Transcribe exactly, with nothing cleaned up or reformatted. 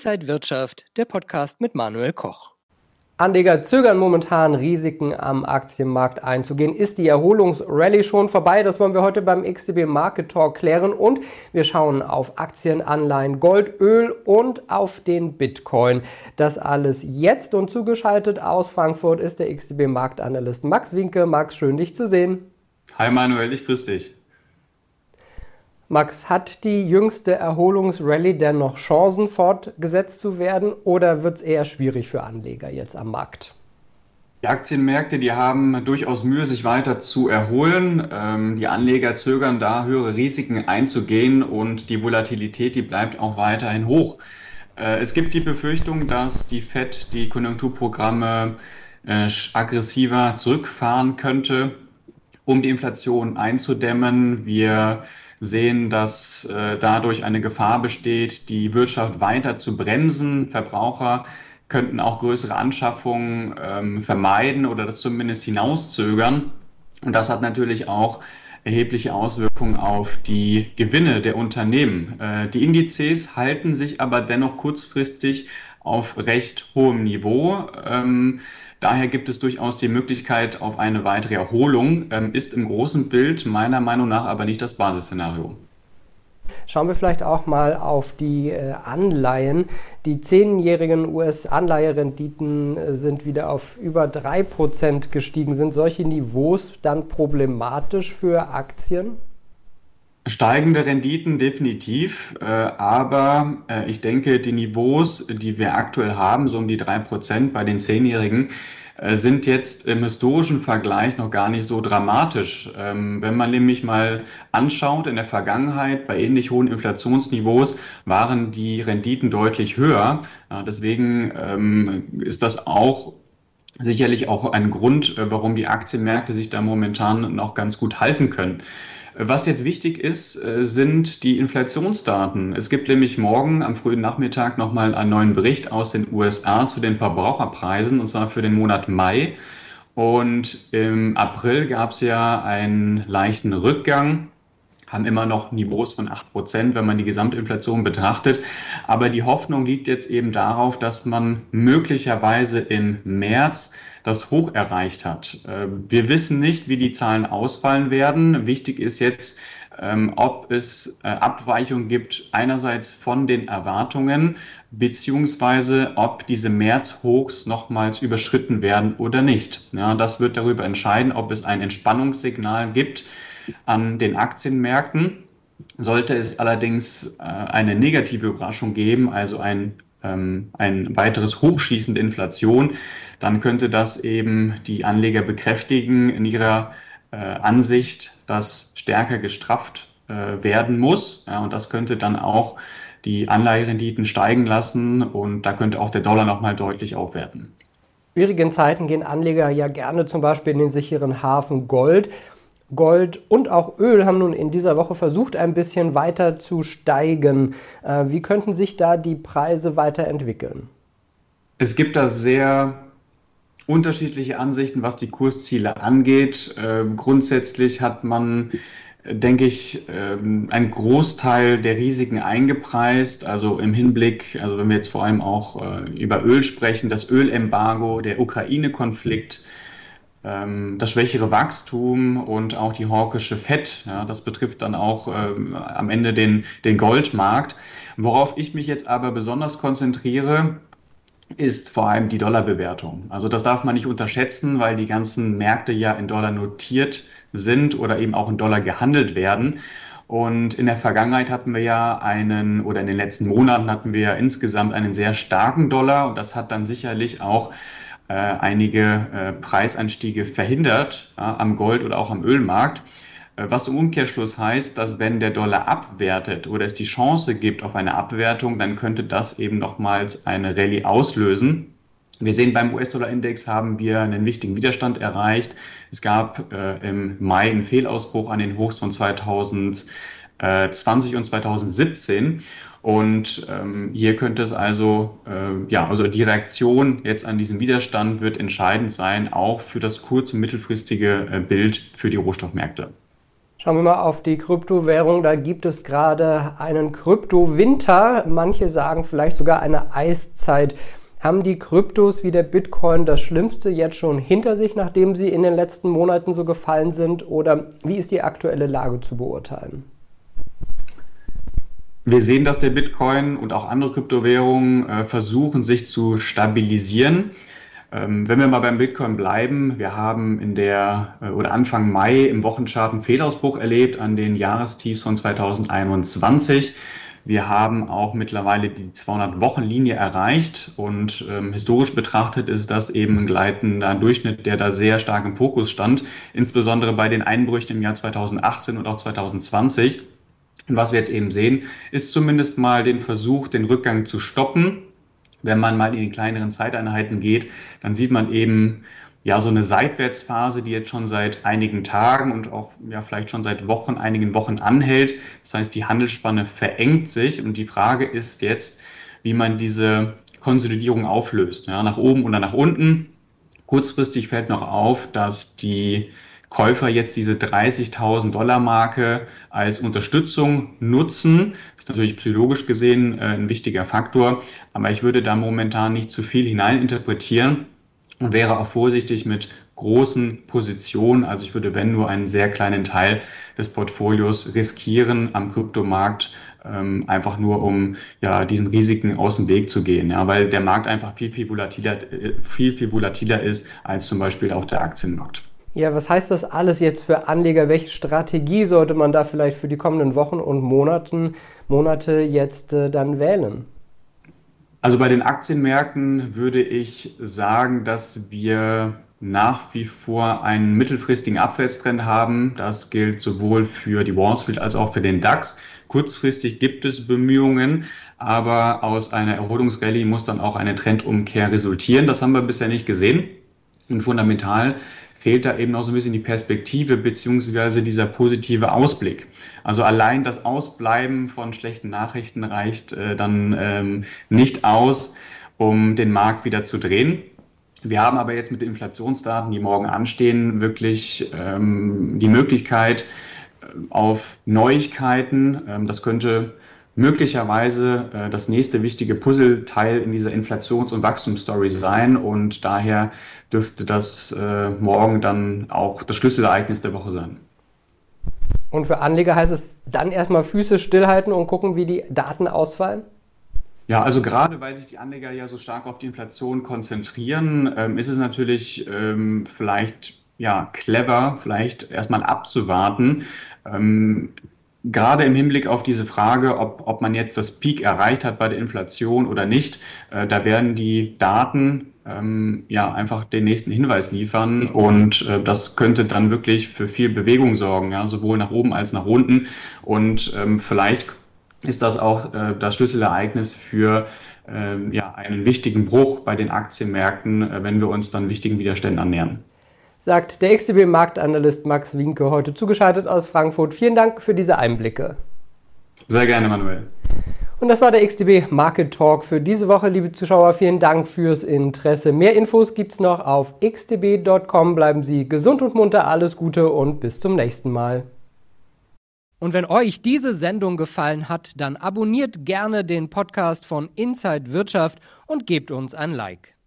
Inside Wirtschaft, der Podcast mit Manuel Koch. Anleger zögern momentan, Risiken am Aktienmarkt einzugehen. Ist die Erholungsrallye schon vorbei? Das wollen wir heute beim X T B Market Talk klären. Und wir schauen auf Aktien, Anleihen, Gold, Öl und auf den Bitcoin. Das alles jetzt, und zugeschaltet aus Frankfurt ist der X T B Marktanalyst Max Winke. Max, schön dich zu sehen. Hi Manuel, ich grüße dich. Max, hat die jüngste Erholungsrallye denn noch Chancen, fortgesetzt zu werden, oder wird es eher schwierig für Anleger jetzt am Markt? Die Aktienmärkte, die haben durchaus Mühe, sich weiter zu erholen. Ähm, die Anleger zögern da, höhere Risiken einzugehen, und die Volatilität, die bleibt auch weiterhin hoch. Äh, es gibt die Befürchtung, dass die Fed die Konjunkturprogramme äh, aggressiver zurückfahren könnte, um die Inflation einzudämmen. Wir sehen, dass äh, dadurch eine Gefahr besteht, die Wirtschaft weiter zu bremsen. Verbraucher könnten auch größere Anschaffungen ähm, vermeiden oder das zumindest hinauszögern. Und das hat natürlich auch erhebliche Auswirkungen auf die Gewinne der Unternehmen. Äh, die Indizes halten sich aber dennoch kurzfristig auf recht hohem Niveau. Ähm, Daher gibt es durchaus die Möglichkeit auf eine weitere Erholung, ähm, ist im großen Bild meiner Meinung nach aber nicht das Basisszenario. Schauen wir vielleicht auch mal auf die äh, Anleihen. Die zehnjährigen U S-Anleiherenditen äh, sind wieder auf über drei Prozent gestiegen. Sind solche Niveaus dann problematisch für Aktien? Steigende Renditen definitiv, äh, aber äh, ich denke, die Niveaus, die wir aktuell haben, so um die drei Prozent bei den Zehnjährigen, äh, sind jetzt im historischen Vergleich noch gar nicht so dramatisch. Ähm, wenn man nämlich mal anschaut, in der Vergangenheit bei ähnlich hohen Inflationsniveaus waren die Renditen deutlich höher. Ja, deswegen ähm, ist das auch sicherlich auch ein Grund, äh, warum die Aktienmärkte sich da momentan noch ganz gut halten können. Was jetzt wichtig ist, sind die Inflationsdaten. Es gibt nämlich morgen am frühen Nachmittag nochmal einen neuen Bericht aus den U S A zu den Verbraucherpreisen, und zwar für den Monat Mai. Und im April gab es ja einen leichten Rückgang, haben immer noch Niveaus von acht Prozent, wenn man die Gesamtinflation betrachtet. Aber die Hoffnung liegt jetzt eben darauf, dass man möglicherweise im März das Hoch erreicht hat. Wir wissen nicht, wie die Zahlen ausfallen werden. Wichtig ist jetzt, ob es Abweichungen gibt, einerseits von den Erwartungen, beziehungsweise ob diese März-Hochs nochmals überschritten werden oder nicht. Ja, das wird darüber entscheiden, ob es ein Entspannungssignal gibt an den Aktienmärkten. Sollte es allerdings eine negative Überraschung geben, also ein ein weiteres Hochschießen der Inflation, dann könnte das eben die Anleger bekräftigen in ihrer äh, Ansicht, dass stärker gestrafft äh, werden muss. Ja, und das könnte dann auch die Anleiherenditen steigen lassen, und da könnte auch der Dollar nochmal deutlich aufwerten. In schwierigen Zeiten gehen Anleger ja gerne zum Beispiel in den sicheren Hafen Gold. Gold und auch Öl haben nun in dieser Woche versucht, ein bisschen weiter zu steigen. Wie könnten sich da die Preise weiterentwickeln? Es gibt da sehr unterschiedliche Ansichten, was die Kursziele angeht. Grundsätzlich hat man, denke ich, einen Großteil der Risiken eingepreist. Also im Hinblick, also wenn wir jetzt vor allem auch über Öl sprechen, das Ölembargo, der Ukraine-Konflikt, das schwächere Wachstum und auch die hawkische Fed, ja, das betrifft dann auch ähm, am Ende den, den Goldmarkt. Worauf ich mich jetzt aber besonders konzentriere, ist vor allem die Dollarbewertung. Also das darf man nicht unterschätzen, weil die ganzen Märkte ja in Dollar notiert sind oder eben auch in Dollar gehandelt werden. Und in der Vergangenheit hatten wir ja einen, oder in den letzten Monaten hatten wir ja insgesamt einen sehr starken Dollar, und das hat dann sicherlich auch einige äh, Preisanstiege verhindert, ja, am Gold- oder auch am Ölmarkt, äh, was im Umkehrschluss heißt, dass wenn der Dollar abwertet oder es die Chance gibt auf eine Abwertung, dann könnte das eben nochmals eine Rallye auslösen. Wir sehen, beim U S-Dollar-Index haben wir einen wichtigen Widerstand erreicht. Es gab äh, im Mai einen Fehlausbruch an den Hochs von zweitausendzwanzig und zweitausendsiebzehn. Und ähm, hier könnte es also, äh, ja, also die Reaktion jetzt an diesen Widerstand wird entscheidend sein, auch für das kurz- und mittelfristige äh, Bild für die Rohstoffmärkte. Schauen wir mal auf die Kryptowährung. Da gibt es gerade einen Kryptowinter. Manche sagen vielleicht sogar eine Eiszeit. Haben die Kryptos wie der Bitcoin das Schlimmste jetzt schon hinter sich, nachdem sie in den letzten Monaten so gefallen sind? Oder wie ist die aktuelle Lage zu beurteilen? Wir sehen, dass der Bitcoin und auch andere Kryptowährungen äh, versuchen, sich zu stabilisieren. Ähm, wenn wir mal beim Bitcoin bleiben, wir haben in der äh, oder Anfang Mai im Wochenchart einen Fehlausbruch erlebt an den Jahrestiefs von zweitausendeinundzwanzig. Wir haben auch mittlerweile die zweihundert-Wochen-Linie erreicht und ähm, historisch betrachtet ist das eben ein gleitender Durchschnitt, der da sehr stark im Fokus stand, insbesondere bei den Einbrüchen im Jahr zweitausendachtzehn und auch zweitausendzwanzig. Und was wir jetzt eben sehen, ist zumindest mal den Versuch, den Rückgang zu stoppen. Wenn man mal in die kleineren Zeiteinheiten geht, dann sieht man eben ja so eine Seitwärtsphase, die jetzt schon seit einigen Tagen und auch ja vielleicht schon seit Wochen, einigen Wochen anhält. Das heißt, die Handelsspanne verengt sich und die Frage ist jetzt, wie man diese Konsolidierung auflöst, ja, nach oben oder nach unten. Kurzfristig fällt noch auf, dass die Käufer jetzt diese dreißigtausend Dollar Marke als Unterstützung nutzen. Das ist natürlich psychologisch gesehen äh, ein wichtiger Faktor, aber ich würde da momentan nicht zu viel hineininterpretieren und wäre auch vorsichtig mit großen Positionen. Also ich würde, wenn nur, einen sehr kleinen Teil des Portfolios riskieren am Kryptomarkt, ähm, einfach nur um ja diesen Risiken aus dem Weg zu gehen, ja, weil der Markt einfach viel, viel volatiler, viel, viel volatiler ist als zum Beispiel auch der Aktienmarkt. Ja, was heißt das alles jetzt für Anleger? Welche Strategie sollte man da vielleicht für die kommenden Wochen und Monaten, Monate jetzt äh, dann wählen? Also bei den Aktienmärkten würde ich sagen, dass wir nach wie vor einen mittelfristigen Abwärtstrend haben. Das gilt sowohl für die Wall Street als auch für den DAX. Kurzfristig gibt es Bemühungen, aber aus einer Erholungsrallye muss dann auch eine Trendumkehr resultieren. Das haben wir bisher nicht gesehen. Und fundamental fehlt da eben auch so ein bisschen die Perspektive beziehungsweise dieser positive Ausblick. Also allein das Ausbleiben von schlechten Nachrichten reicht äh, dann ähm, nicht aus, um den Markt wieder zu drehen. Wir haben aber jetzt mit den Inflationsdaten, die morgen anstehen, wirklich ähm, die Möglichkeit auf Neuigkeiten. Ähm, das könnte möglicherweise äh, das nächste wichtige Puzzleteil in dieser Inflations- und Wachstumsstory sein und daher dürfte das äh, morgen dann auch das Schlüsselereignis der Woche sein. Und für Anleger heißt es dann erstmal Füße stillhalten und gucken, wie die Daten ausfallen? Ja, also gerade weil sich die Anleger ja so stark auf die Inflation konzentrieren, ähm, ist es natürlich ähm, vielleicht ja clever, vielleicht erstmal abzuwarten. Ähm, Gerade im Hinblick auf diese Frage, ob, ob man jetzt das Peak erreicht hat bei der Inflation oder nicht, äh, da werden die Daten ähm, ja einfach den nächsten Hinweis liefern und äh, das könnte dann wirklich für viel Bewegung sorgen, ja, sowohl nach oben als nach unten und ähm, vielleicht ist das auch äh, das Schlüsselereignis für äh, ja, einen wichtigen Bruch bei den Aktienmärkten, äh, wenn wir uns dann wichtigen Widerständen annähern. Sagt der X T B-Marktanalyst Max Winke, heute zugeschaltet aus Frankfurt. Vielen Dank für diese Einblicke. Sehr gerne, Manuel. Und das war der X T B Market Talk für diese Woche, liebe Zuschauer. Vielen Dank fürs Interesse. Mehr Infos gibt's noch auf x t b punkt com. Bleiben Sie gesund und munter, alles Gute und bis zum nächsten Mal. Und wenn euch diese Sendung gefallen hat, dann abonniert gerne den Podcast von Inside Wirtschaft und gebt uns ein Like.